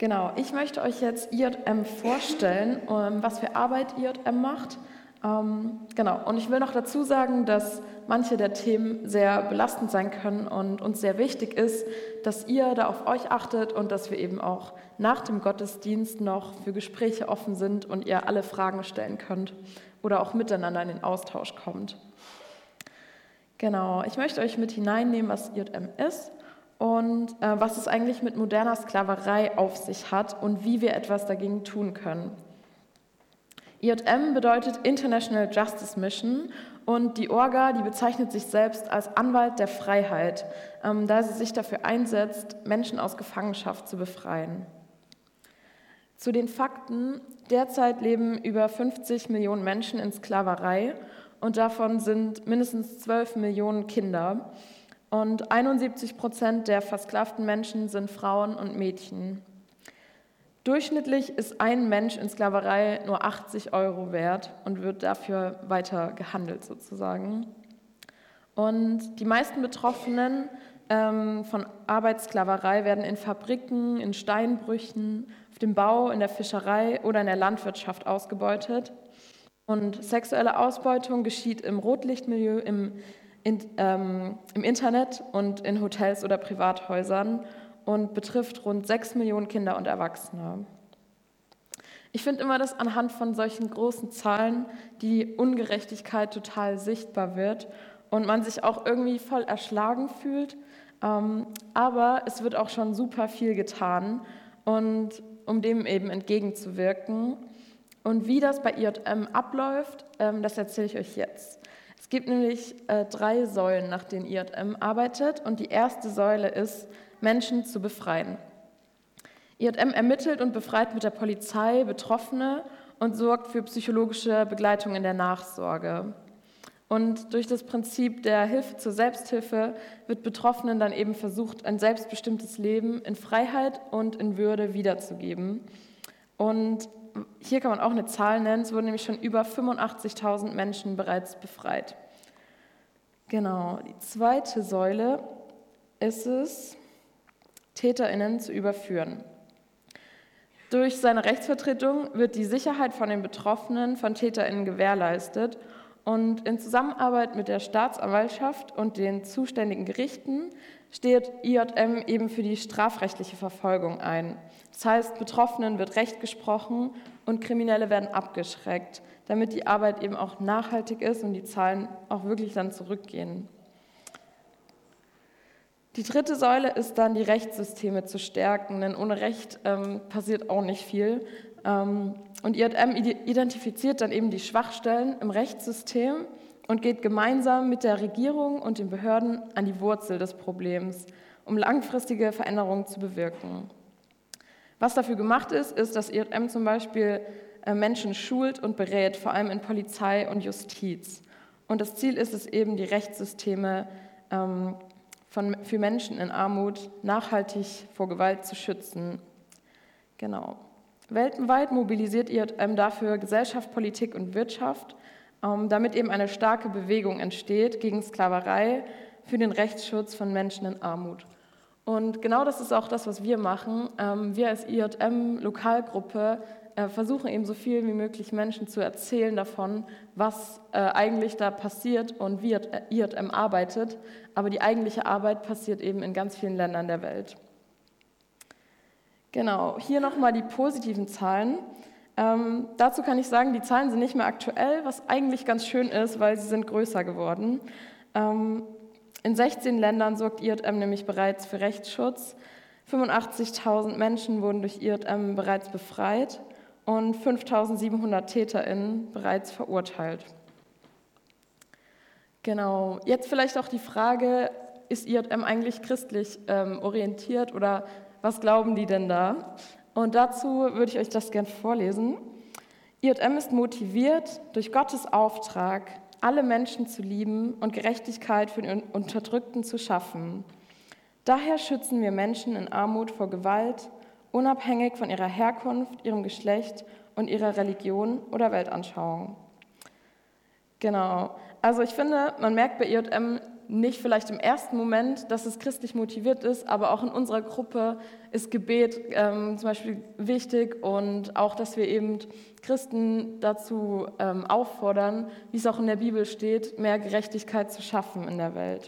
Genau, ich möchte euch jetzt IJM vorstellen, was für Arbeit IJM macht. Genau, und ich will noch dazu sagen, dass manche der Themen sehr belastend sein können und uns sehr wichtig ist, dass ihr da auf euch achtet und dass wir eben auch nach dem Gottesdienst noch für Gespräche offen sind und ihr alle Fragen stellen könnt oder auch miteinander in den Austausch kommt. Genau, ich möchte euch mit hineinnehmen, was IJM ist und was es eigentlich mit moderner Sklaverei auf sich hat und wie wir etwas dagegen tun können. IJM bedeutet International Justice Mission und die Orga, die bezeichnet sich selbst als Anwalt der Freiheit, da sie sich dafür einsetzt, Menschen aus Gefangenschaft zu befreien. Zu den Fakten: Derzeit leben über 50 Millionen Menschen in Sklaverei und davon sind mindestens 12 Millionen Kinder. Und 71% der versklavten Menschen sind Frauen und Mädchen. Durchschnittlich ist ein Mensch in Sklaverei nur 80 € wert und wird dafür weiter gehandelt sozusagen. Und die meisten Betroffenen von Arbeitssklaverei werden in Fabriken, in Steinbrüchen, auf dem Bau, in der Fischerei oder in der Landwirtschaft ausgebeutet. Und sexuelle Ausbeutung geschieht im Rotlichtmilieu, im Internet und in Hotels oder Privathäusern und betrifft rund 6 Millionen Kinder und Erwachsene. Ich finde immer, dass anhand von solchen großen Zahlen die Ungerechtigkeit total sichtbar wird und man sich auch irgendwie voll erschlagen fühlt. Aber es wird auch schon super viel getan, und um dem eben entgegenzuwirken. Und wie das bei IJM abläuft, das erzähle ich euch jetzt. Es gibt nämlich 3 Säulen, nach denen IJM arbeitet, und die erste Säule ist, Menschen zu befreien. IJM ermittelt und befreit mit der Polizei Betroffene und sorgt für psychologische Begleitung in der Nachsorge. Und durch das Prinzip der Hilfe zur Selbsthilfe wird Betroffenen dann eben versucht, ein selbstbestimmtes Leben in Freiheit und in Würde wiederzugeben. Und hier kann man auch eine Zahl nennen, es wurden nämlich schon über 85.000 Menschen bereits befreit. Genau, die zweite Säule ist es, TäterInnen zu überführen. Durch seine Rechtsvertretung wird die Sicherheit von den Betroffenen von TäterInnen gewährleistet und in Zusammenarbeit mit der Staatsanwaltschaft und den zuständigen Gerichten steht IJM eben für die strafrechtliche Verfolgung ein. Das heißt, Betroffenen wird Recht gesprochen und Kriminelle werden abgeschreckt, damit die Arbeit eben auch nachhaltig ist und die Zahlen auch wirklich dann zurückgehen. Die dritte Säule ist dann, die Rechtssysteme zu stärken, denn ohne Recht passiert auch nicht viel. Und IJM identifiziert dann eben die Schwachstellen im Rechtssystem und geht gemeinsam mit der Regierung und den Behörden an die Wurzel des Problems, um langfristige Veränderungen zu bewirken. Was dafür gemacht ist, dass IJM zum Beispiel Menschen schult und berät, vor allem in Polizei und Justiz. Und das Ziel ist es eben, die Rechtssysteme für Menschen in Armut nachhaltig vor Gewalt zu schützen. Genau. Weltweit mobilisiert IJM dafür Gesellschaft, Politik und Wirtschaft, damit eben eine starke Bewegung entsteht gegen Sklaverei, für den Rechtsschutz von Menschen in Armut. Und genau das ist auch das, was wir machen. Wir als IJM-Lokalgruppe versuchen eben so viel wie möglich Menschen zu erzählen davon, was eigentlich da passiert und wie IJM arbeitet. Aber die eigentliche Arbeit passiert eben in ganz vielen Ländern der Welt. Genau, hier nochmal die positiven Zahlen. Dazu kann ich sagen, die Zahlen sind nicht mehr aktuell, was eigentlich ganz schön ist, weil sie sind größer geworden. In 16 Ländern sorgt IJM nämlich bereits für Rechtsschutz. 85.000 Menschen wurden durch IJM bereits befreit und 5.700 TäterInnen bereits verurteilt. Genau, jetzt vielleicht auch die Frage, ist IJM eigentlich christlich orientiert oder was glauben die denn da? Und dazu würde ich euch das gerne vorlesen. IJM ist motiviert, durch Gottes Auftrag alle Menschen zu lieben und Gerechtigkeit für die Unterdrückten zu schaffen. Daher schützen wir Menschen in Armut vor Gewalt, unabhängig von ihrer Herkunft, ihrem Geschlecht und ihrer Religion oder Weltanschauung. Genau, also ich finde, man merkt bei IJM, nicht vielleicht im ersten Moment, dass es christlich motiviert ist, aber auch in unserer Gruppe ist Gebet zum Beispiel wichtig und auch, dass wir eben Christen dazu auffordern, wie es auch in der Bibel steht, mehr Gerechtigkeit zu schaffen in der Welt.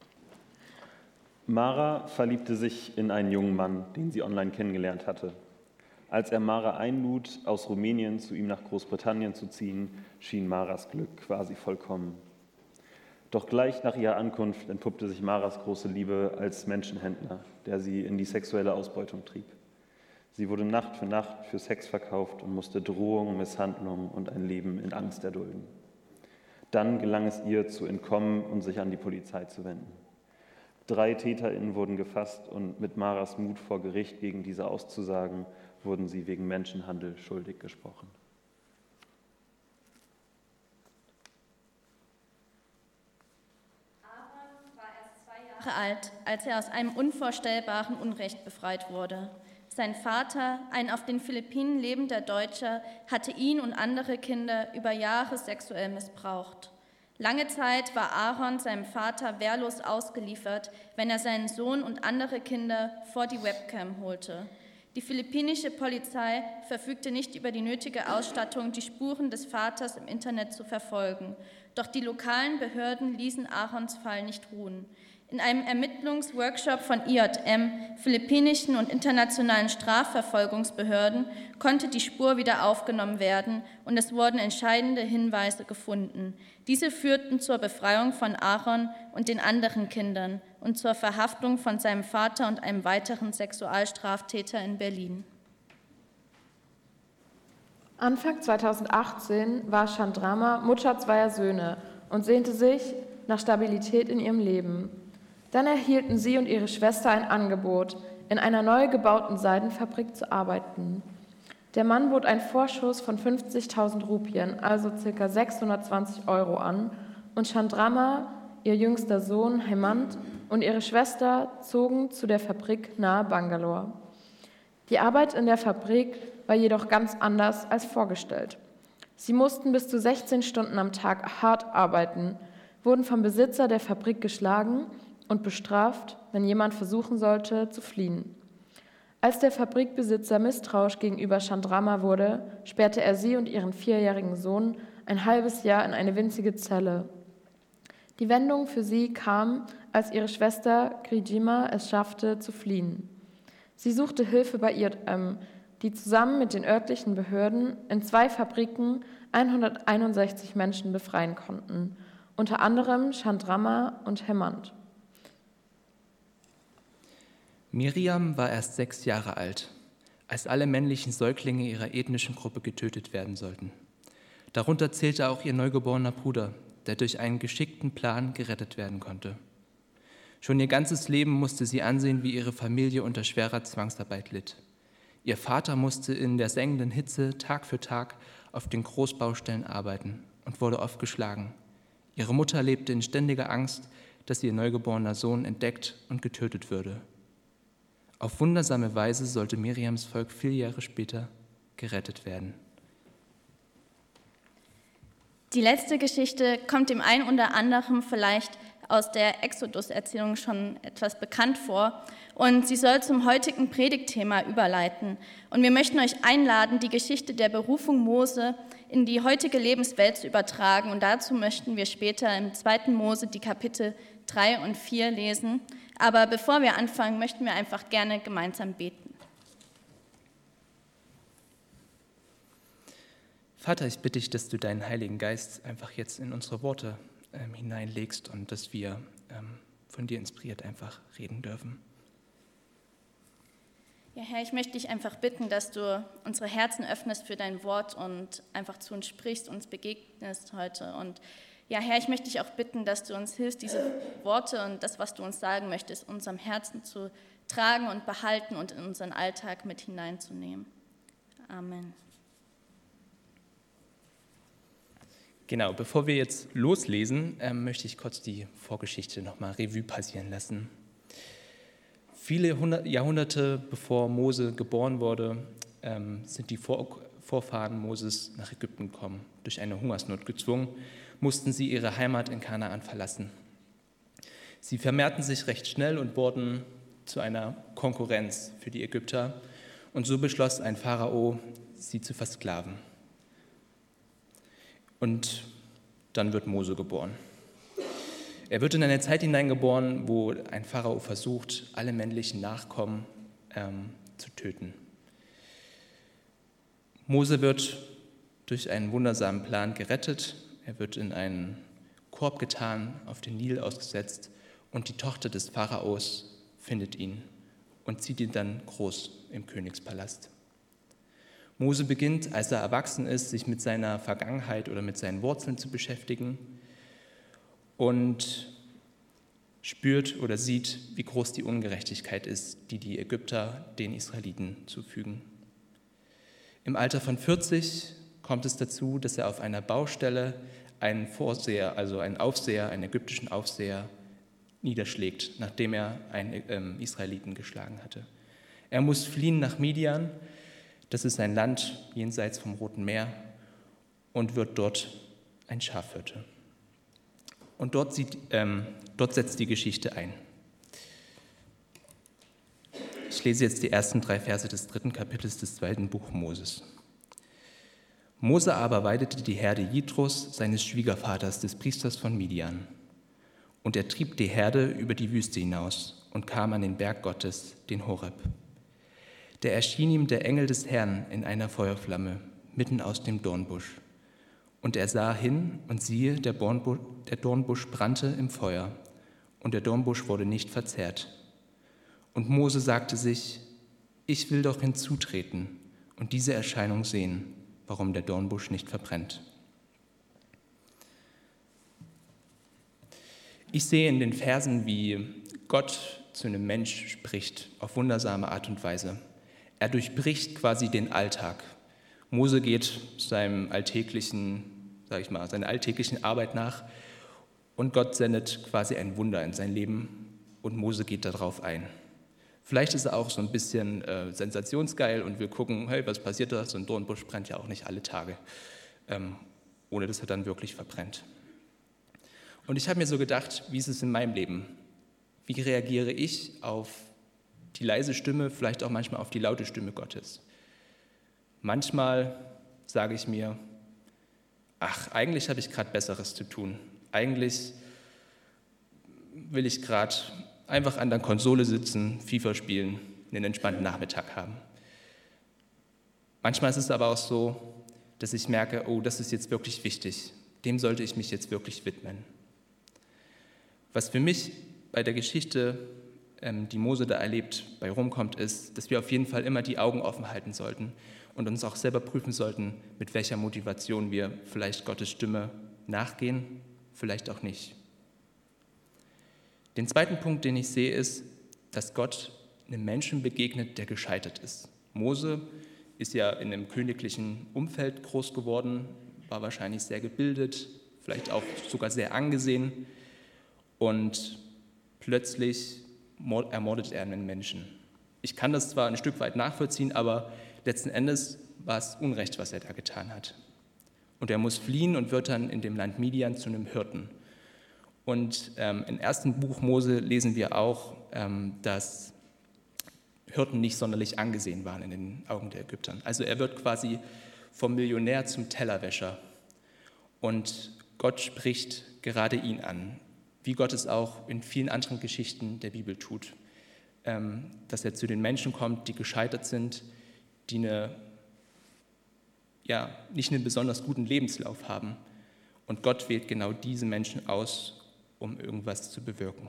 Mara verliebte sich in einen jungen Mann, den sie online kennengelernt hatte. Als er Mara einlud, aus Rumänien zu ihm nach Großbritannien zu ziehen, schien Maras Glück quasi vollkommen. Doch gleich nach ihrer Ankunft entpuppte sich Maras große Liebe als Menschenhändler, der sie in die sexuelle Ausbeutung trieb. Sie wurde Nacht für Nacht für Sex verkauft und musste Drohungen, Misshandlungen und ein Leben in Angst erdulden. Dann gelang es ihr, zu entkommen und sich an die Polizei zu wenden. 3 TäterInnen wurden gefasst und mit Maras Mut vor Gericht gegen diese auszusagen, wurden sie wegen Menschenhandel schuldig gesprochen. Jahre alt, als er aus einem unvorstellbaren Unrecht befreit wurde. Sein Vater, ein auf den Philippinen lebender Deutscher, hatte ihn und andere Kinder über Jahre sexuell missbraucht. Lange Zeit war Aaron seinem Vater wehrlos ausgeliefert, wenn er seinen Sohn und andere Kinder vor die Webcam holte. Die philippinische Polizei verfügte nicht über die nötige Ausstattung, die Spuren des Vaters im Internet zu verfolgen. Doch die lokalen Behörden ließen Aarons Fall nicht ruhen. In einem Ermittlungsworkshop von IJM, philippinischen und internationalen Strafverfolgungsbehörden, konnte die Spur wieder aufgenommen werden und es wurden entscheidende Hinweise gefunden. Diese führten zur Befreiung von Aaron und den anderen Kindern und zur Verhaftung von seinem Vater und einem weiteren Sexualstraftäter in Berlin. Anfang 2018 war Chandrama Mutter 2 Söhne und sehnte sich nach Stabilität in ihrem Leben. Dann erhielten sie und ihre Schwester ein Angebot, in einer neu gebauten Seidenfabrik zu arbeiten. Der Mann bot einen Vorschuss von 50.000 Rupien, also ca. 620 € an, und Chandrama, ihr jüngster Sohn Hemant und ihre Schwester zogen zu der Fabrik nahe Bangalore. Die Arbeit in der Fabrik war jedoch ganz anders als vorgestellt. Sie mussten bis zu 16 Stunden am Tag hart arbeiten, wurden vom Besitzer der Fabrik geschlagen und bestraft, wenn jemand versuchen sollte, zu fliehen. Als der Fabrikbesitzer misstrauisch gegenüber Chandrama wurde, sperrte er sie und ihren 4-jährigen Sohn ein halbes Jahr in eine winzige Zelle. Die Wendung für sie kam, als ihre Schwester Grijima es schaffte, zu fliehen. Sie suchte Hilfe bei IJM, die zusammen mit den örtlichen Behörden in 2 Fabriken 161 Menschen befreien konnten, unter anderem Chandrama und Hemant. Miriam war erst 6 Jahre alt, als alle männlichen Säuglinge ihrer ethnischen Gruppe getötet werden sollten. Darunter zählte auch ihr neugeborener Bruder, der durch einen geschickten Plan gerettet werden konnte. Schon ihr ganzes Leben musste sie ansehen, wie ihre Familie unter schwerer Zwangsarbeit litt. Ihr Vater musste in der sengenden Hitze Tag für Tag auf den Großbaustellen arbeiten und wurde oft geschlagen. Ihre Mutter lebte in ständiger Angst, dass ihr neugeborener Sohn entdeckt und getötet würde. Auf wundersame Weise sollte Miriams Volk 4 Jahre später gerettet werden. Die letzte Geschichte kommt dem einen oder anderen vielleicht aus der Exodus-Erzählung schon etwas bekannt vor und sie soll zum heutigen Predigtthema überleiten. Und wir möchten euch einladen, die Geschichte der Berufung Mose in die heutige Lebenswelt zu übertragen. Und dazu möchten wir später im 2. Mose die Kapitel 3 und 4 lesen. Aber bevor wir anfangen, möchten wir einfach gerne gemeinsam beten. Vater, ich bitte dich, dass du deinen Heiligen Geist einfach jetzt in unsere Worte hineinlegst und dass wir von dir inspiriert einfach reden dürfen. Ja, Herr, ich möchte dich einfach bitten, dass du unsere Herzen öffnest für dein Wort und einfach zu uns sprichst, uns begegnest heute. Und ja, Herr, ich möchte dich auch bitten, dass du uns hilfst, diese Worte und das, was du uns sagen möchtest, in unserem Herzen zu tragen und behalten und in unseren Alltag mit hineinzunehmen. Amen. Genau, bevor wir jetzt loslesen, möchte ich kurz die Vorgeschichte nochmal Revue passieren lassen. Viele Jahrhunderte bevor Mose geboren wurde, sind die Vorfahren Moses nach Ägypten gekommen. Durch eine Hungersnot gezwungen, mussten sie ihre Heimat in Kanaan verlassen. Sie vermehrten sich recht schnell und wurden zu einer Konkurrenz für die Ägypter. Und so beschloss ein Pharao, sie zu versklaven. Und dann wird Mose geboren. Er wird in eine Zeit hineingeboren, wo ein Pharao versucht, alle männlichen Nachkommen zu töten. Mose wird durch einen wundersamen Plan gerettet. Er wird in einen Korb getan, auf den Nil ausgesetzt und die Tochter des Pharaos findet ihn und zieht ihn dann groß im Königspalast. Mose beginnt, als er erwachsen ist, sich mit seiner Vergangenheit oder mit seinen Wurzeln zu beschäftigen und spürt oder sieht, wie groß die Ungerechtigkeit ist, die die Ägypter den Israeliten zufügen. Im Alter von 40 kommt es dazu, dass er auf einer Baustelle einen Vorseher, also einen Aufseher, einen ägyptischen Aufseher, niederschlägt, nachdem er einen Israeliten geschlagen hatte. Er muss fliehen nach Midian, das ist ein Land jenseits vom Roten Meer, und wird dort ein Schafhirte. Und dort setzt die Geschichte ein. Ich lese jetzt die ersten 3 Verse des 3. Kapitels des 2. Buch Moses. Mose aber weidete die Herde Jitros, seines Schwiegervaters, des Priesters von Midian. Und er trieb die Herde über die Wüste hinaus und kam an den Berg Gottes, den Horeb. Da erschien ihm der Engel des Herrn in einer Feuerflamme, mitten aus dem Dornbusch. Und er sah hin, und siehe, der Dornbusch brannte im Feuer, und der Dornbusch wurde nicht verzehrt. Und Mose sagte sich, ich will doch hinzutreten und diese Erscheinung sehen, warum der Dornbusch nicht verbrennt. Ich sehe in den Versen, wie Gott zu einem Mensch spricht, auf wundersame Art und Weise. Er durchbricht quasi den Alltag. Mose geht seiner alltäglichen Arbeit nach und Gott sendet quasi ein Wunder in sein Leben und Mose geht darauf ein. Vielleicht ist er auch so ein bisschen sensationsgeil und will gucken, hey, was passiert da? So ein Dornbusch brennt ja auch nicht alle Tage, ohne dass er dann wirklich verbrennt. Und ich habe mir so gedacht, wie ist es in meinem Leben? Wie reagiere ich auf die leise Stimme, vielleicht auch manchmal auf die laute Stimme Gottes? Manchmal sage ich mir, ach, eigentlich habe ich gerade Besseres zu tun. Eigentlich will ich gerade einfach an der Konsole sitzen, FIFA spielen, einen entspannten Nachmittag haben. Manchmal ist es aber auch so, dass ich merke, oh, das ist jetzt wirklich wichtig. Dem sollte ich mich jetzt wirklich widmen. Was für mich bei der Geschichte, die Mose da erlebt, bei rumkommt, ist, dass wir auf jeden Fall immer die Augen offen halten sollten und uns auch selber prüfen sollten, mit welcher Motivation wir vielleicht Gottes Stimme nachgehen, vielleicht auch nicht. Den zweiten Punkt, den ich sehe, ist, dass Gott einem Menschen begegnet, der gescheitert ist. Mose ist ja in einem königlichen Umfeld groß geworden, war wahrscheinlich sehr gebildet, vielleicht auch sogar sehr angesehen. Und plötzlich ermordet er einen Menschen. Ich kann das zwar ein Stück weit nachvollziehen, aber letzten Endes war es Unrecht, was er da getan hat. Und er muss fliehen und wird dann in dem Land Midian zu einem Hirten. Und im 1. Buch Mose lesen wir auch, dass Hirten nicht sonderlich angesehen waren in den Augen der Ägyptern. Also er wird quasi vom Millionär zum Tellerwäscher. Und Gott spricht gerade ihn an, wie Gott es auch in vielen anderen Geschichten der Bibel tut. Dass er zu den Menschen kommt, die gescheitert sind, die nicht einen besonders guten Lebenslauf haben. Und Gott wählt genau diese Menschen aus, um irgendwas zu bewirken.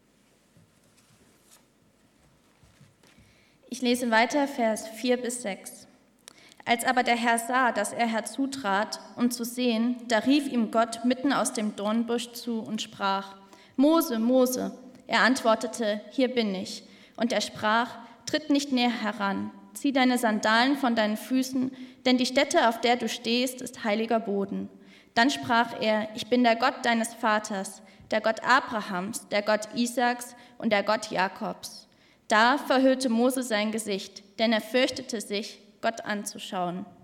Ich lese weiter, Vers 4 bis 6. Als aber der Herr sah, dass er herzutrat, um zu sehen, da rief ihm Gott mitten aus dem Dornbusch zu und sprach, Mose, Mose. Er antwortete, hier bin ich. Und er sprach, tritt nicht näher heran, zieh deine Sandalen von deinen Füßen, denn die Stätte, auf der du stehst, ist heiliger Boden. Dann sprach er, ich bin der Gott deines Vaters, der Gott Abrahams, der Gott Isaaks und der Gott Jakobs. Da verhüllte Mose sein Gesicht, denn er fürchtete sich, Gott anzuschauen.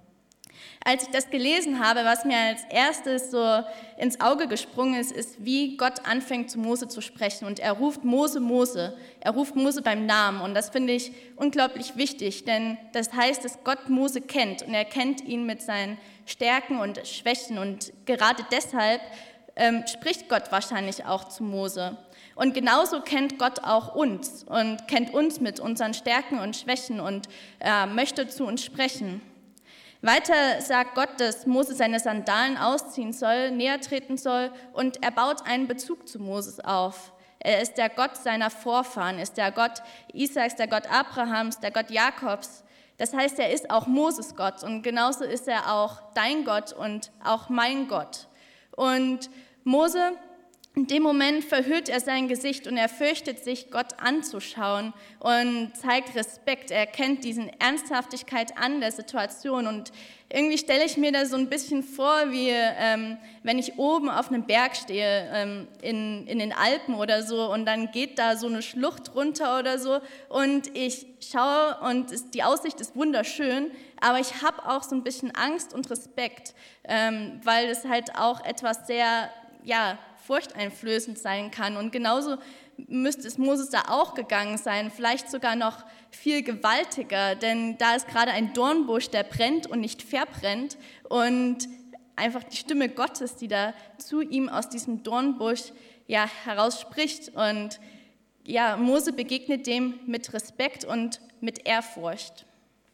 Als ich das gelesen habe, was mir als erstes so ins Auge gesprungen ist, wie Gott anfängt zu Mose zu sprechen. Und er ruft Mose, Mose. Er ruft Mose beim Namen. Und das finde ich unglaublich wichtig, denn das heißt, dass Gott Mose kennt. Und er kennt ihn mit seinen Stärken und Schwächen. Und gerade deshalb spricht Gott wahrscheinlich auch zu Mose. Und genauso kennt Gott auch uns und kennt uns mit unseren Stärken und Schwächen und möchte zu uns sprechen. Weiter sagt Gott, dass Mose seine Sandalen ausziehen soll, näher treten soll und er baut einen Bezug zu Moses auf. Er ist der Gott seiner Vorfahren, ist der Gott Isaaks, der Gott Abrahams, der Gott Jakobs. Das heißt, er ist auch Moses Gott und genauso ist er auch dein Gott und auch mein Gott. Und Mose, in dem Moment verhüllt er sein Gesicht und er fürchtet sich, Gott anzuschauen und zeigt Respekt. Er kennt diese Ernsthaftigkeit an der Situation und irgendwie stelle ich mir da so ein bisschen vor, wie wenn ich oben auf einem Berg stehe, in den Alpen oder so und dann geht da so eine Schlucht runter oder so und ich schaue und die Aussicht ist wunderschön, aber ich habe auch so ein bisschen Angst und Respekt, weil es halt auch etwas sehr, furchteinflößend sein kann. Und genauso müsste es Moses da auch gegangen sein, vielleicht sogar noch viel gewaltiger, denn da ist gerade ein Dornbusch, der brennt und nicht verbrennt und einfach die Stimme Gottes, die da zu ihm aus diesem Dornbusch heraus spricht. Und Mose begegnet dem mit Respekt und mit Ehrfurcht.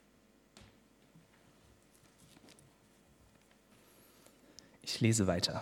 Ich lese weiter.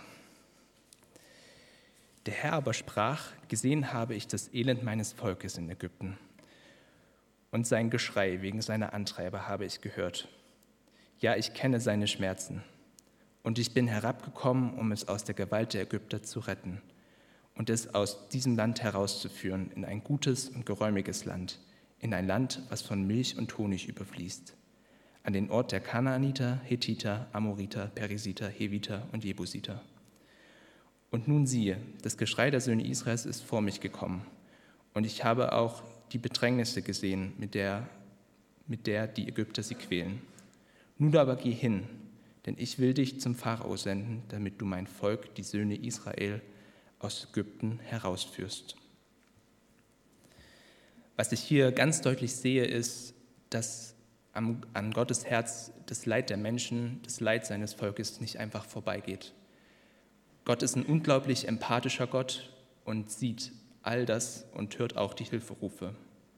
Der Herr aber sprach, gesehen habe ich das Elend meines Volkes in Ägypten und sein Geschrei wegen seiner Antreiber habe ich gehört. Ja, ich kenne seine Schmerzen und ich bin herabgekommen, um es aus der Gewalt der Ägypter zu retten und es aus diesem Land herauszuführen in ein gutes und geräumiges Land, in ein Land, was von Milch und Honig überfließt, an den Ort der Kanaaniter, Hethiter, Amoriter, Perisiter, Heviter und Jebusiter. Und nun siehe, das Geschrei der Söhne Israels ist vor mich gekommen, und ich habe auch die Bedrängnisse gesehen, mit der die Ägypter sie quälen. Nun aber geh hin, denn ich will dich zum Pharao senden, damit du mein Volk, die Söhne Israel, aus Ägypten herausführst. Was ich hier ganz deutlich sehe, ist, dass an Gottes Herz das Leid der Menschen, das Leid seines Volkes nicht einfach vorbeigeht. Gott ist ein unglaublich empathischer Gott und sieht all das und hört auch die Hilferufe.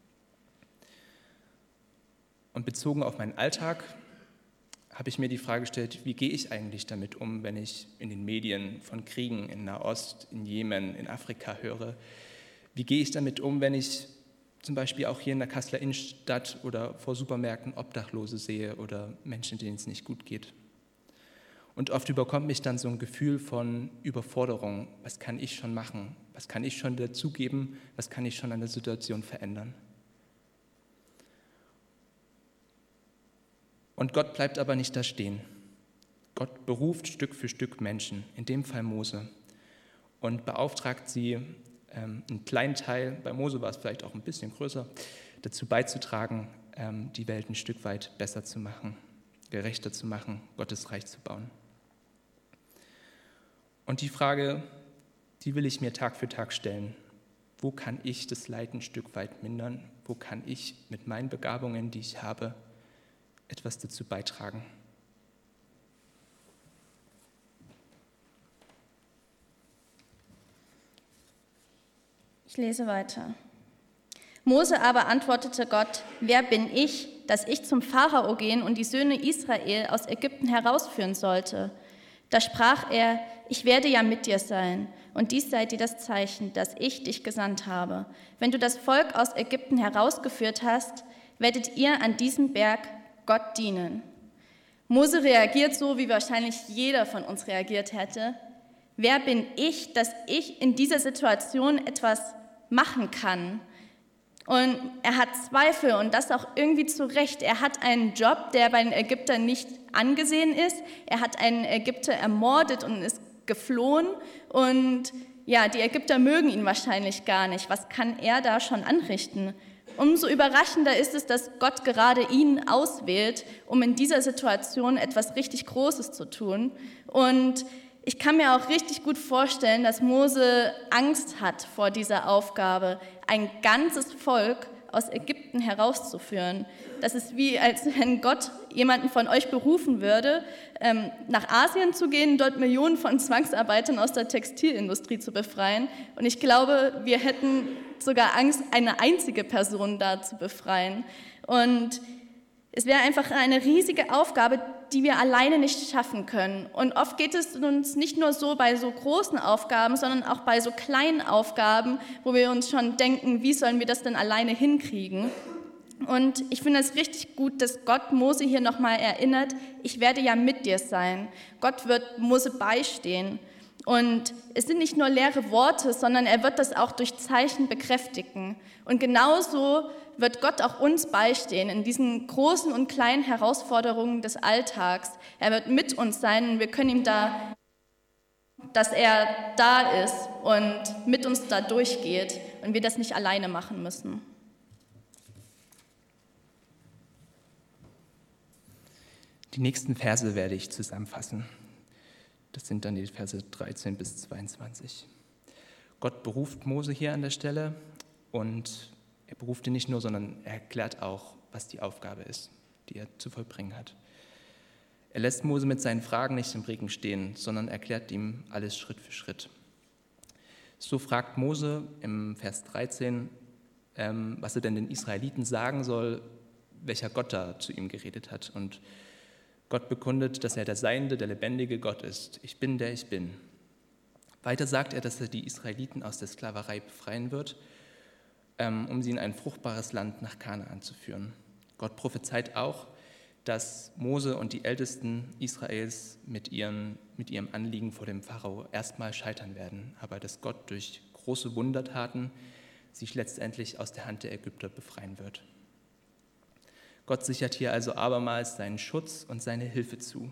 Und bezogen auf meinen Alltag habe ich mir die Frage gestellt, wie gehe ich eigentlich damit um, wenn ich in den Medien von Kriegen in Nahost, in Jemen, in Afrika höre? Wie gehe ich damit um, wenn ich zum Beispiel auch hier in der Kasseler Innenstadt oder vor Supermärkten Obdachlose sehe oder Menschen, denen es nicht gut geht? Und oft überkommt mich dann so ein Gefühl von Überforderung. Was kann ich schon machen? Was kann ich schon dazugeben? Was kann ich schon an der Situation verändern? Und Gott bleibt aber nicht da stehen. Gott beruft Stück für Stück Menschen, in dem Fall Mose, und beauftragt sie, einen kleinen Teil, bei Mose war es vielleicht auch ein bisschen größer, dazu beizutragen, die Welt ein Stück weit besser zu machen, gerechter zu machen, Gottes Reich zu bauen. Und die Frage, die will ich mir Tag für Tag stellen. Wo kann ich das Leid ein Stück weit mindern? Wo kann ich mit meinen Begabungen, die ich habe, etwas dazu beitragen? Ich lese weiter. Mose aber antwortete Gott, wer bin ich, dass ich zum Pharao gehen und die Söhne Israel aus Ägypten herausführen sollte? Da sprach er, ich werde ja mit dir sein, und dies sei dir das Zeichen, dass ich dich gesandt habe. Wenn du das Volk aus Ägypten herausgeführt hast, werdet ihr an diesem Berg Gott dienen. Mose reagiert so, wie wahrscheinlich jeder von uns reagiert hätte. Wer bin ich, dass ich in dieser Situation etwas machen kann? Und er hat Zweifel und das auch irgendwie zu Recht. Er hat einen Job, der bei den Ägyptern nicht angesehen ist. Er hat einen Ägypter ermordet und ist geflohen. Und ja, die Ägypter mögen ihn wahrscheinlich gar nicht. Was kann er da schon anrichten? umso überraschender ist es, dass Gott gerade ihn auswählt, um in dieser Situation etwas richtig Großes zu tun. Und ich kann mir auch richtig gut vorstellen, dass Mose Angst hat vor dieser Aufgabe, ein ganzes Volk aus Ägypten herauszuführen. Das ist wie, als wenn Gott jemanden von euch berufen würde, nach Asien zu gehen, dort Millionen von Zwangsarbeitern aus der Textilindustrie zu befreien. Und ich glaube, wir hätten sogar Angst, eine einzige Person da zu befreien. Und es wäre einfach eine riesige Aufgabe, die wir alleine nicht schaffen können. Und oft geht es uns nicht nur so bei so großen Aufgaben, sondern auch bei so kleinen Aufgaben, wo wir uns schon denken, wie sollen wir das denn alleine hinkriegen? Und ich finde es richtig gut, dass Gott Mose hier nochmal erinnert, ich werde ja mit dir sein. Gott wird Mose beistehen. Und es sind nicht nur leere Worte, sondern er wird das auch durch Zeichen bekräftigen. Und genauso wird Gott auch uns beistehen in diesen großen und kleinen Herausforderungen des Alltags. Er wird mit uns sein und wir können ihm dass er da ist und mit uns da durchgeht und wir das nicht alleine machen müssen. Die nächsten Verse werde ich zusammenfassen. Das sind dann die Verse 13 bis 22. Gott beruft Mose hier an der Stelle und er beruft ihn nicht nur, sondern er erklärt auch, was die Aufgabe ist, die er zu vollbringen hat. Er lässt Mose mit seinen Fragen nicht im Regen stehen, sondern erklärt ihm alles Schritt für Schritt. So fragt Mose im Vers 13, was er denn den Israeliten sagen soll, welcher Gott da zu ihm geredet hat. Und Gott bekundet, dass er der seiende, der lebendige Gott ist. Ich bin, der ich bin. Weiter sagt er, dass er die Israeliten aus der Sklaverei befreien wird, um sie in ein fruchtbares Land nach Kanaan zu führen. Gott prophezeit auch, dass Mose und die Ältesten Israels mit ihrem Anliegen vor dem Pharao erstmal scheitern werden, aber dass Gott durch große Wundertaten sich letztendlich aus der Hand der Ägypter befreien wird. Gott sichert hier also abermals seinen Schutz und seine Hilfe zu.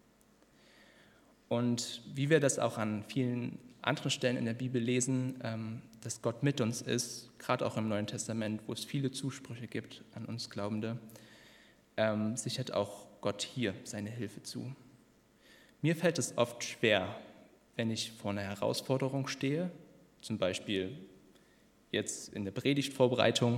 Und wie wir das auch an vielen anderen Stellen in der Bibel lesen, dass Gott mit uns ist, gerade auch im Neuen Testament, wo es viele Zusprüche gibt an uns Glaubende, sichert auch Gott hier seine Hilfe zu. Mir fällt es oft schwer, wenn ich vor einer Herausforderung stehe, zum Beispiel jetzt in der Predigtvorbereitung,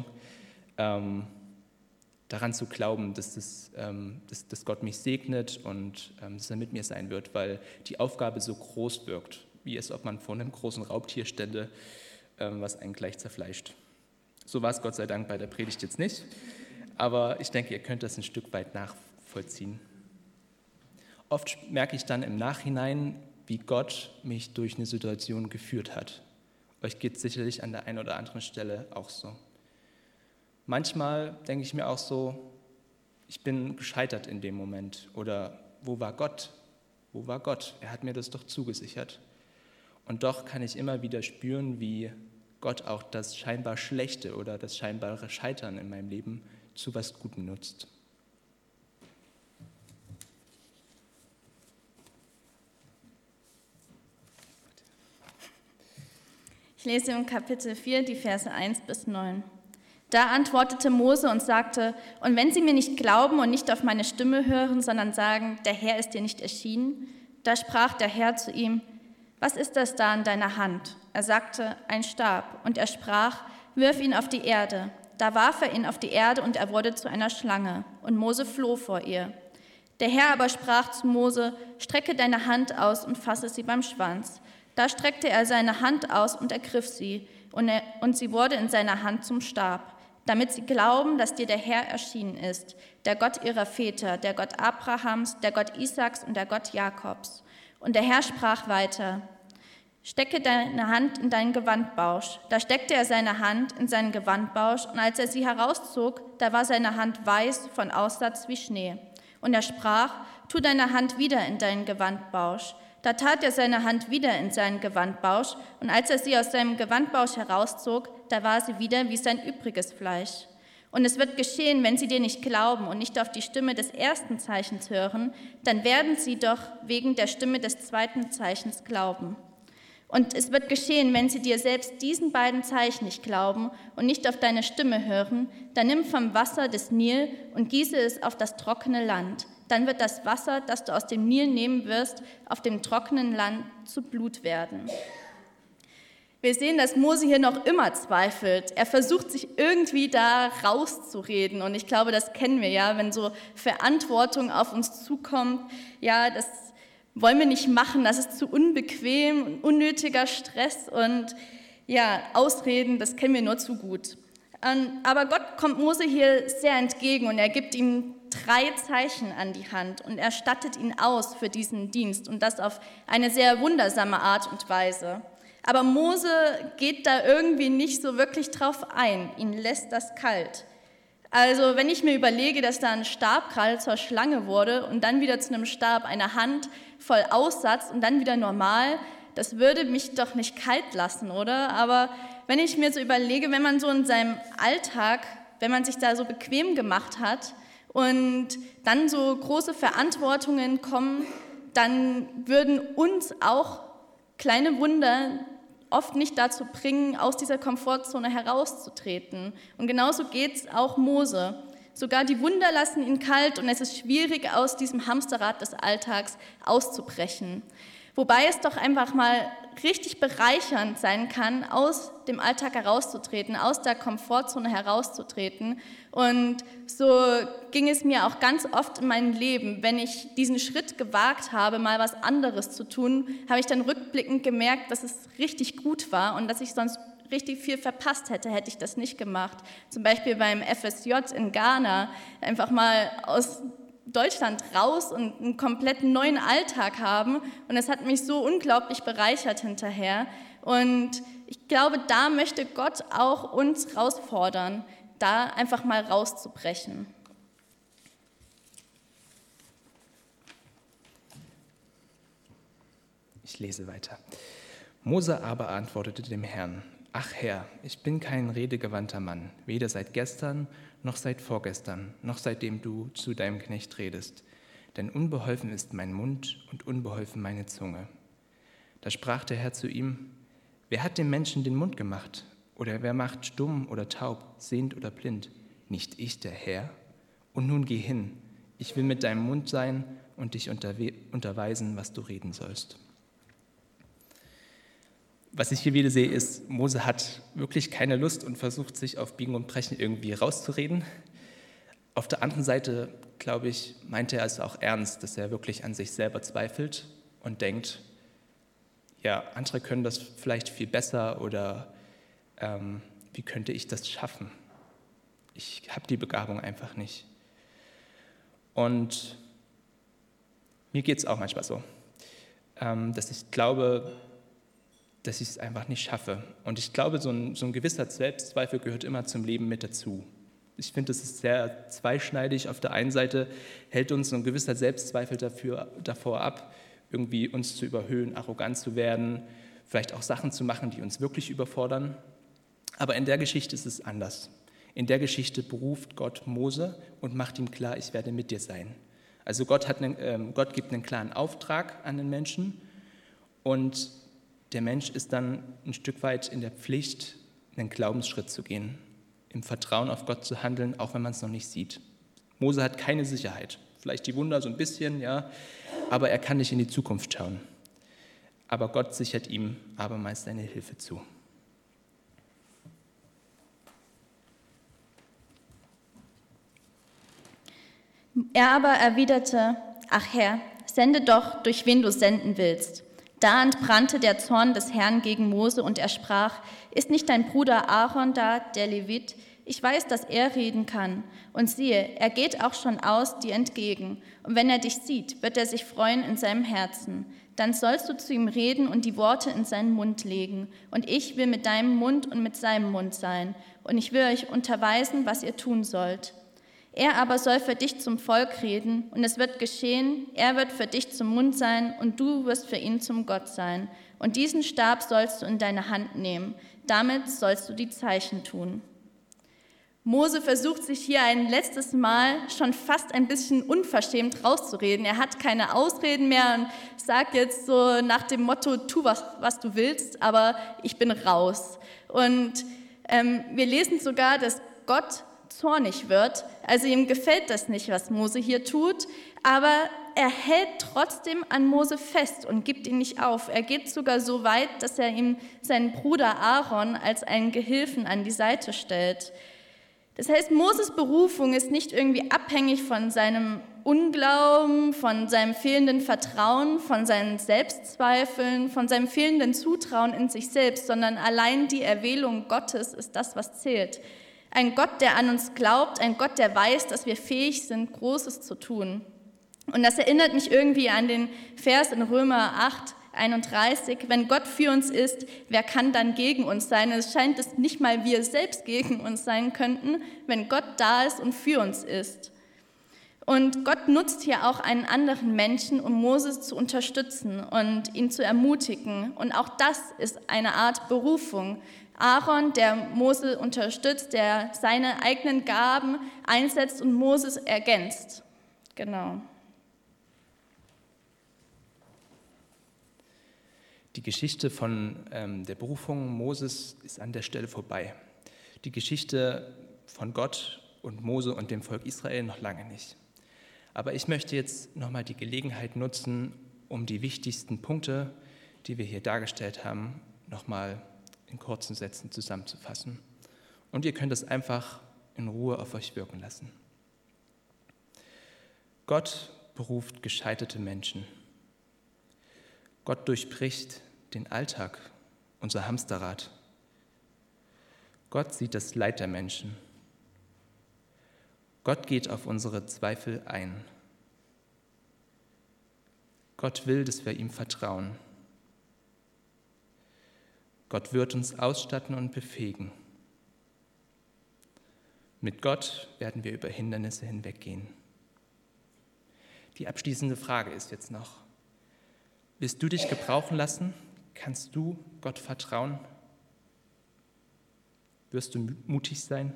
daran zu glauben, dass Gott mich segnet und dass er mit mir sein wird, weil die Aufgabe so groß wirkt, wie es ob man vor einem großen Raubtier stände, was einen gleich zerfleischt. So war es Gott sei Dank bei der Predigt jetzt nicht, aber ich denke, ihr könnt das ein Stück weit nachvollziehen. Oft merke ich dann im Nachhinein, wie Gott mich durch eine Situation geführt hat. Euch geht es sicherlich an der einen oder anderen Stelle auch so. Manchmal denke ich mir auch so, ich bin gescheitert in dem Moment oder wo war Gott? Wo war Gott? Er hat mir das doch zugesichert. Und doch kann ich immer wieder spüren, wie Gott auch das scheinbar Schlechte oder das scheinbare Scheitern in meinem Leben zu was Gutem nutzt. Ich lese im Kapitel 4 die Verse 1 bis 9. Da antwortete Mose und sagte, und wenn sie mir nicht glauben und nicht auf meine Stimme hören, sondern sagen, der Herr ist dir nicht erschienen, da sprach der Herr zu ihm, was ist das da in deiner Hand? Er sagte, ein Stab. Und er sprach, wirf ihn auf die Erde. Da warf er ihn auf die Erde und er wurde zu einer Schlange. Und Mose floh vor ihr. Der Herr aber sprach zu Mose, strecke deine Hand aus und fasse sie beim Schwanz. Da streckte er seine Hand aus und ergriff sie. Und sie wurde in seiner Hand zum Stab, damit sie glauben, dass dir der Herr erschienen ist, der Gott ihrer Väter, der Gott Abrahams, der Gott Isaaks und der Gott Jakobs. Und der Herr sprach weiter, stecke deine Hand in deinen Gewandbausch. Da steckte er seine Hand in seinen Gewandbausch, und als er sie herauszog, da war seine Hand weiß von Aussatz wie Schnee. Und er sprach, tu deine Hand wieder in deinen Gewandbausch. Da tat er seine Hand wieder in seinen Gewandbausch, und als er sie aus seinem Gewandbausch herauszog, da war sie wieder wie sein übriges Fleisch. Und es wird geschehen, wenn sie dir nicht glauben und nicht auf die Stimme des ersten Zeichens hören, dann werden sie doch wegen der Stimme des zweiten Zeichens glauben. Und es wird geschehen, wenn sie dir selbst diesen beiden Zeichen nicht glauben und nicht auf deine Stimme hören, dann nimm vom Wasser des Nil und gieße es auf das trockene Land. Dann wird das Wasser, das du aus dem Nil nehmen wirst, auf dem trockenen Land zu Blut werden. Wir sehen, dass Mose hier noch immer zweifelt. Er versucht, sich irgendwie da rauszureden. Und ich glaube, das kennen wir ja, wenn so Verantwortung auf uns zukommt. Ja, das wollen wir nicht machen, das ist zu unbequem, unnötiger Stress und ja, Ausreden, das kennen wir nur zu gut. Aber Gott kommt Mose hier sehr entgegen und er gibt ihm 3 Zeichen an die Hand und er stattet ihn aus für diesen Dienst und das auf eine sehr wundersame Art und Weise. Aber Mose geht da irgendwie nicht so wirklich drauf ein, ihn lässt das kalt. Also wenn ich mir überlege, dass da ein Stab gerade zur Schlange wurde und dann wieder zu einem Stab eine Hand voll Aussatz und dann wieder normal, das würde mich doch nicht kalt lassen, oder? Aber wenn ich mir so überlege, wenn man so in seinem Alltag, wenn man sich da so bequem gemacht hat und dann so große Verantwortungen kommen, dann würden uns auch kleine Wunder oft nicht dazu bringen, aus dieser Komfortzone herauszutreten. Und genauso geht es auch Mose. Sogar die Wunder lassen ihn kalt und es ist schwierig, aus diesem Hamsterrad des Alltags auszubrechen. Wobei es doch einfach mal richtig bereichernd sein kann, aus dem Alltag herauszutreten, aus der Komfortzone herauszutreten. Und so ging es mir auch ganz oft in meinem Leben. Wenn ich diesen Schritt gewagt habe, mal was anderes zu tun, habe ich dann rückblickend gemerkt, dass es richtig gut war und dass ich sonst richtig viel verpasst hätte, hätte ich das nicht gemacht. Zum Beispiel beim FSJ in Ghana, einfach mal aus Deutschland raus und einen komplett neuen Alltag haben. Und es hat mich so unglaublich bereichert hinterher. Und ich glaube, da möchte Gott auch uns herausfordern, da einfach mal rauszubrechen. Ich lese weiter. Mose aber antwortete dem Herrn: Ach Herr, ich bin kein redegewandter Mann, weder seit gestern noch seit vorgestern, noch seitdem du zu deinem Knecht redest. Denn unbeholfen ist mein Mund und unbeholfen meine Zunge. Da sprach der Herr zu ihm: Wer hat dem Menschen den Mund gemacht? Oder wer macht stumm oder taub, sehend oder blind? Nicht ich, der Herr? Und nun geh hin, ich will mit deinem Mund sein und dich unterweisen, was du reden sollst. Was ich hier wieder sehe, ist, Mose hat wirklich keine Lust und versucht, sich auf Biegen und Brechen irgendwie rauszureden. Auf der anderen Seite, glaube ich, meinte er es auch ernst, dass er wirklich an sich selber zweifelt und denkt, ja, andere können das vielleicht viel besser oder wie könnte ich das schaffen? Ich habe die Begabung einfach nicht. Und mir geht es auch manchmal so, dass ich glaube, dass ich es einfach nicht schaffe. Und ich glaube, so ein gewisser Selbstzweifel gehört immer zum Leben mit dazu. Ich finde, das ist sehr zweischneidig. Auf der einen Seite hält uns so ein gewisser Selbstzweifel davor ab, irgendwie uns zu überhöhen, arrogant zu werden, vielleicht auch Sachen zu machen, die uns wirklich überfordern. Aber in der Geschichte ist es anders. In der Geschichte beruft Gott Mose und macht ihm klar, ich werde mit dir sein. Also Gott gibt einen klaren Auftrag an den Menschen und der Mensch ist dann ein Stück weit in der Pflicht, einen Glaubensschritt zu gehen, im Vertrauen auf Gott zu handeln, auch wenn man es noch nicht sieht. Mose hat keine Sicherheit, vielleicht die Wunder so ein bisschen, ja, aber er kann nicht in die Zukunft schauen. Aber Gott sichert ihm abermals seine Hilfe zu. Er aber erwiderte: Ach Herr, sende doch, durch wen du senden willst. Da entbrannte der Zorn des Herrn gegen Mose und er sprach: Ist nicht dein Bruder Aaron da, der Levit? Ich weiß, dass er reden kann. Und siehe, er geht auch schon aus dir entgegen. Und wenn er dich sieht, wird er sich freuen in seinem Herzen. Dann sollst du zu ihm reden und die Worte in seinen Mund legen. Und ich will mit deinem Mund und mit seinem Mund sein. Und ich will euch unterweisen, was ihr tun sollt. Er aber soll für dich zum Volk reden, und es wird geschehen, er wird für dich zum Mund sein, und du wirst für ihn zum Gott sein. Und diesen Stab sollst du in deine Hand nehmen, damit sollst du die Zeichen tun. Mose versucht sich hier ein letztes Mal schon fast ein bisschen unverschämt rauszureden. Er hat keine Ausreden mehr und sagt jetzt so nach dem Motto, tu was du willst, aber ich bin raus. Und wir lesen sogar, dass Gott zornig wird. Also ihm gefällt das nicht, was Mose hier tut, aber er hält trotzdem an Mose fest und gibt ihn nicht auf. Er geht sogar so weit, dass er ihm seinen Bruder Aaron als einen Gehilfen an die Seite stellt. Das heißt, Moses Berufung ist nicht irgendwie abhängig von seinem Unglauben, von seinem fehlenden Vertrauen, von seinen Selbstzweifeln, von seinem fehlenden Zutrauen in sich selbst, sondern allein die Erwählung Gottes ist das, was zählt. Ein Gott, der an uns glaubt, ein Gott, der weiß, dass wir fähig sind, Großes zu tun. Und das erinnert mich irgendwie an den Vers in Römer 8:31, wenn Gott für uns ist, wer kann dann gegen uns sein? Es scheint, dass nicht mal wir selbst gegen uns sein könnten, wenn Gott da ist und für uns ist. Und Gott nutzt hier auch einen anderen Menschen, um Moses zu unterstützen und ihn zu ermutigen. Und auch das ist eine Art Berufung. Aaron, der Mose unterstützt, der seine eigenen Gaben einsetzt und Moses ergänzt. Genau. Die Geschichte von der Berufung Moses ist an der Stelle vorbei. Die Geschichte von Gott und Mose und dem Volk Israel noch lange nicht. Aber ich möchte jetzt nochmal die Gelegenheit nutzen, um die wichtigsten Punkte, die wir hier dargestellt haben, nochmal in kurzen Sätzen zusammenzufassen. Und ihr könnt es einfach in Ruhe auf euch wirken lassen. Gott beruft gescheiterte Menschen. Gott durchbricht den Alltag, unser Hamsterrad. Gott sieht das Leid der Menschen. Gott geht auf unsere Zweifel ein. Gott will, dass wir ihm vertrauen. Gott wird uns ausstatten und befähigen. Mit Gott werden wir über Hindernisse hinweggehen. Die abschließende Frage ist jetzt noch: Willst du dich gebrauchen lassen? Kannst du Gott vertrauen? Wirst du mutig sein?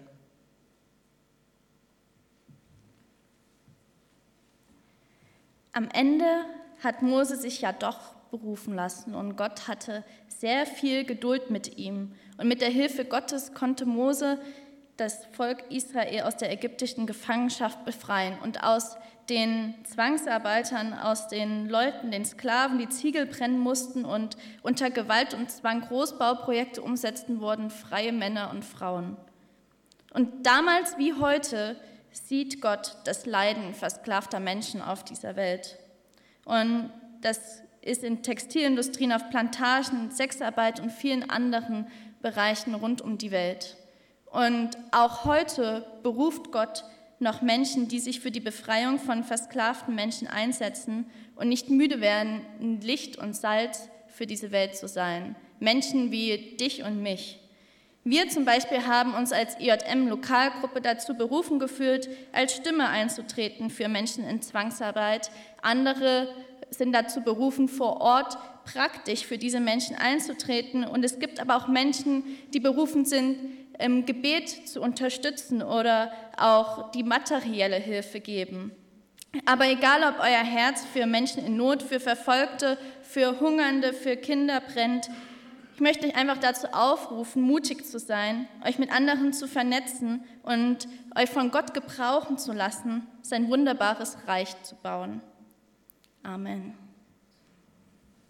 Am Ende hat Mose sich ja doch berufen lassen und Gott hatte sehr viel Geduld mit ihm. Und mit der Hilfe Gottes konnte Mose das Volk Israel aus der ägyptischen Gefangenschaft befreien und aus den Zwangsarbeitern, aus den Leuten, den Sklaven, die Ziegel brennen mussten und unter Gewalt und Zwang Großbauprojekte umsetzten, wurden freie Männer und Frauen. Und damals wie heute sieht Gott das Leiden versklavter Menschen auf dieser Welt. Und das ist in Textilindustrien, auf Plantagen, Sexarbeit und vielen anderen Bereichen rund um die Welt. Und auch heute beruft Gott noch Menschen, die sich für die Befreiung von versklavten Menschen einsetzen und nicht müde werden, Licht und Salz für diese Welt zu sein. Menschen wie dich und mich. Wir zum Beispiel haben uns als IJM-Lokalgruppe dazu berufen gefühlt, als Stimme einzutreten für Menschen in Zwangsarbeit. Andere sind dazu berufen, vor Ort praktisch für diese Menschen einzutreten. Und es gibt aber auch Menschen, die berufen sind, im Gebet zu unterstützen oder auch die materielle Hilfe geben. Aber egal, ob euer Herz für Menschen in Not, für Verfolgte, für Hungernde, für Kinder brennt, ich möchte euch einfach dazu aufrufen, mutig zu sein, euch mit anderen zu vernetzen und euch von Gott gebrauchen zu lassen, sein wunderbares Reich zu bauen. Amen.